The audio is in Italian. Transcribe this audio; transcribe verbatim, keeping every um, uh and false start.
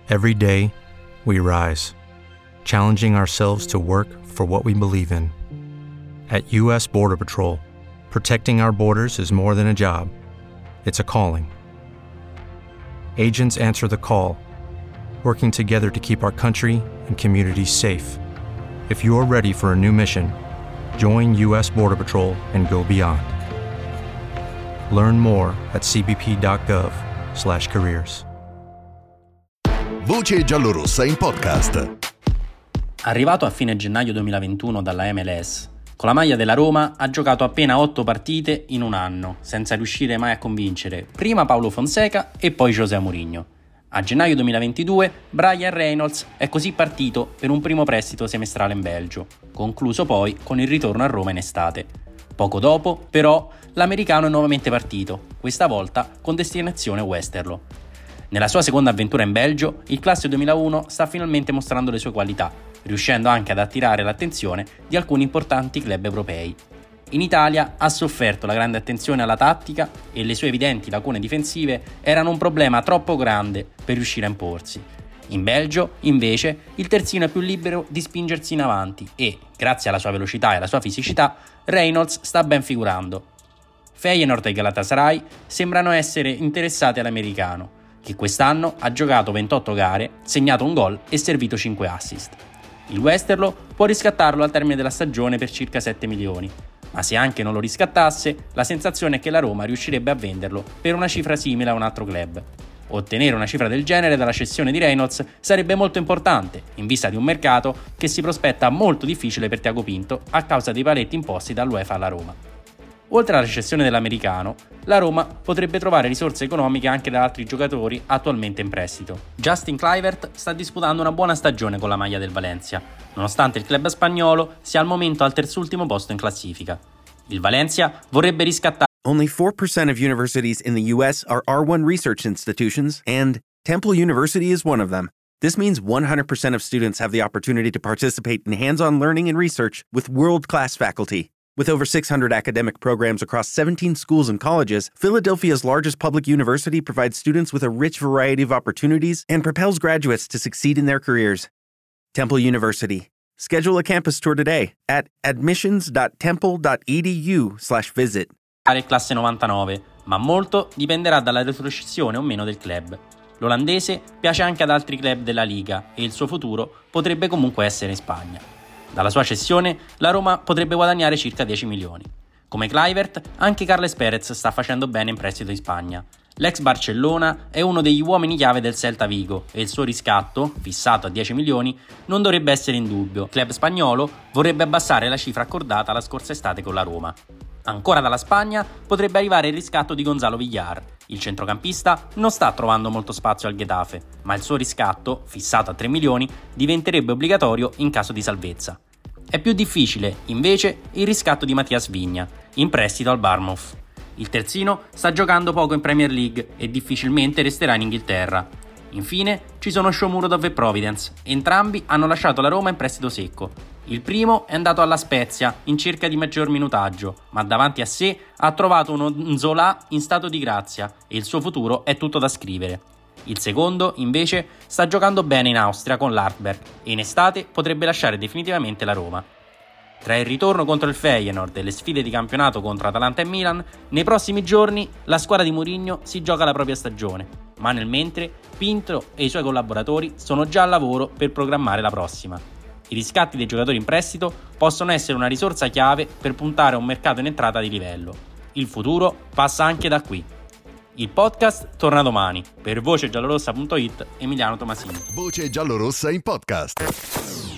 Every day, we rise, challenging ourselves to work for what we believe in. At U S Border Patrol, protecting our borders is more than a job, it's a calling. Agents answer the call, working together to keep our country and communities safe. If you are ready for a new mission, join U S Border Patrol and go beyond. Learn more at c b p dot gov slash careers. Voce giallorossa in podcast. Arrivato a fine gennaio duemilaventuno dalla M L S, con la maglia della Roma ha giocato appena otto partite in un anno, senza riuscire mai a convincere prima Paulo Fonseca e poi José Mourinho. A gennaio duemilaventidue Bryan Reynolds è così partito per un primo prestito semestrale in Belgio, concluso poi con il ritorno a Roma in estate. Poco dopo, però, l'americano è nuovamente partito, questa volta con destinazione Westerlo. Nella sua seconda avventura in Belgio, il classe duemilauno sta finalmente mostrando le sue qualità, riuscendo anche ad attirare l'attenzione di alcuni importanti club europei. In Italia ha sofferto la grande attenzione alla tattica e le sue evidenti lacune difensive erano un problema troppo grande per riuscire a imporsi. In Belgio, invece, il terzino è più libero di spingersi in avanti e, grazie alla sua velocità e alla sua fisicità, Reynolds sta ben figurando. Feyenoord e Galatasaray sembrano essere interessati all'americano, che quest'anno ha giocato ventotto gare, segnato un gol e servito cinque assist. Il Westerlo può riscattarlo al termine della stagione per circa sette milioni, ma se anche non lo riscattasse, la sensazione è che la Roma riuscirebbe a venderlo per una cifra simile a un altro club. Ottenere una cifra del genere dalla cessione di Reynolds sarebbe molto importante, in vista di un mercato che si prospetta molto difficile per Tiago Pinto a causa dei paletti imposti dall'UEFA alla Roma. Oltre alla cessione dell'americano, la Roma potrebbe trovare risorse economiche anche da altri giocatori attualmente in prestito. Justin Kluivert sta disputando una buona stagione con la maglia del Valencia, nonostante il club spagnolo sia al momento al terzultimo posto in classifica. Il Valencia vorrebbe riscattare. Only four percent of universities in the U S are R one research institutions, and Temple University is one of them. This means one hundred percent of students have the opportunity to participate in hands-on learning and research with world-class faculty. With over six hundred academic programs across seventeen schools and colleges, Philadelphia's largest public university provides students with a rich variety of opportunities and propels graduates to succeed in their careers. Temple University. Schedule a campus tour today at admissions dot temple dot e d u slash visit. Il classe novantanove, ma molto dipenderà dalla retrocessione o meno del club. L'olandese piace anche ad altri club della Liga e il suo futuro potrebbe comunque essere in Spagna. Dalla sua cessione, la Roma potrebbe guadagnare circa dieci milioni. Come Kluivert, anche Carles Perez sta facendo bene in prestito in Spagna. L'ex Barcellona è uno degli uomini chiave del Celta Vigo e il suo riscatto, fissato a dieci milioni, non dovrebbe essere in dubbio. Il club spagnolo vorrebbe abbassare la cifra accordata la scorsa estate con la Roma. Ancora dalla Spagna potrebbe arrivare il riscatto di Gonzalo Villar. Il centrocampista non sta trovando molto spazio al Getafe, ma il suo riscatto, fissato a tre milioni, diventerebbe obbligatorio in caso di salvezza. È più difficile, invece, il riscatto di Mathias Vigna, in prestito al Bournemouth. Il terzino sta giocando poco in Premier League e difficilmente resterà in Inghilterra. Infine ci sono Shomurodov e Providence, entrambi hanno lasciato la Roma in prestito secco. Il primo è andato alla Spezia in cerca di maggior minutaggio, ma davanti a sé ha trovato uno Nzola in stato di grazia e il suo futuro è tutto da scrivere. Il secondo, invece, sta giocando bene in Austria con l'Artberg e in estate potrebbe lasciare definitivamente la Roma. Tra il ritorno contro il Feyenoord e le sfide di campionato contro Atalanta e Milan, nei prossimi giorni la squadra di Mourinho si gioca la propria stagione, ma nel mentre Pinto e i suoi collaboratori sono già al lavoro per programmare la prossima. I riscatti dei giocatori in prestito possono essere una risorsa chiave per puntare a un mercato in entrata di livello. Il futuro passa anche da qui. Il podcast torna domani. Per voce giallorossa punto it, Emiliano Tomasini. Voce giallorossa in podcast.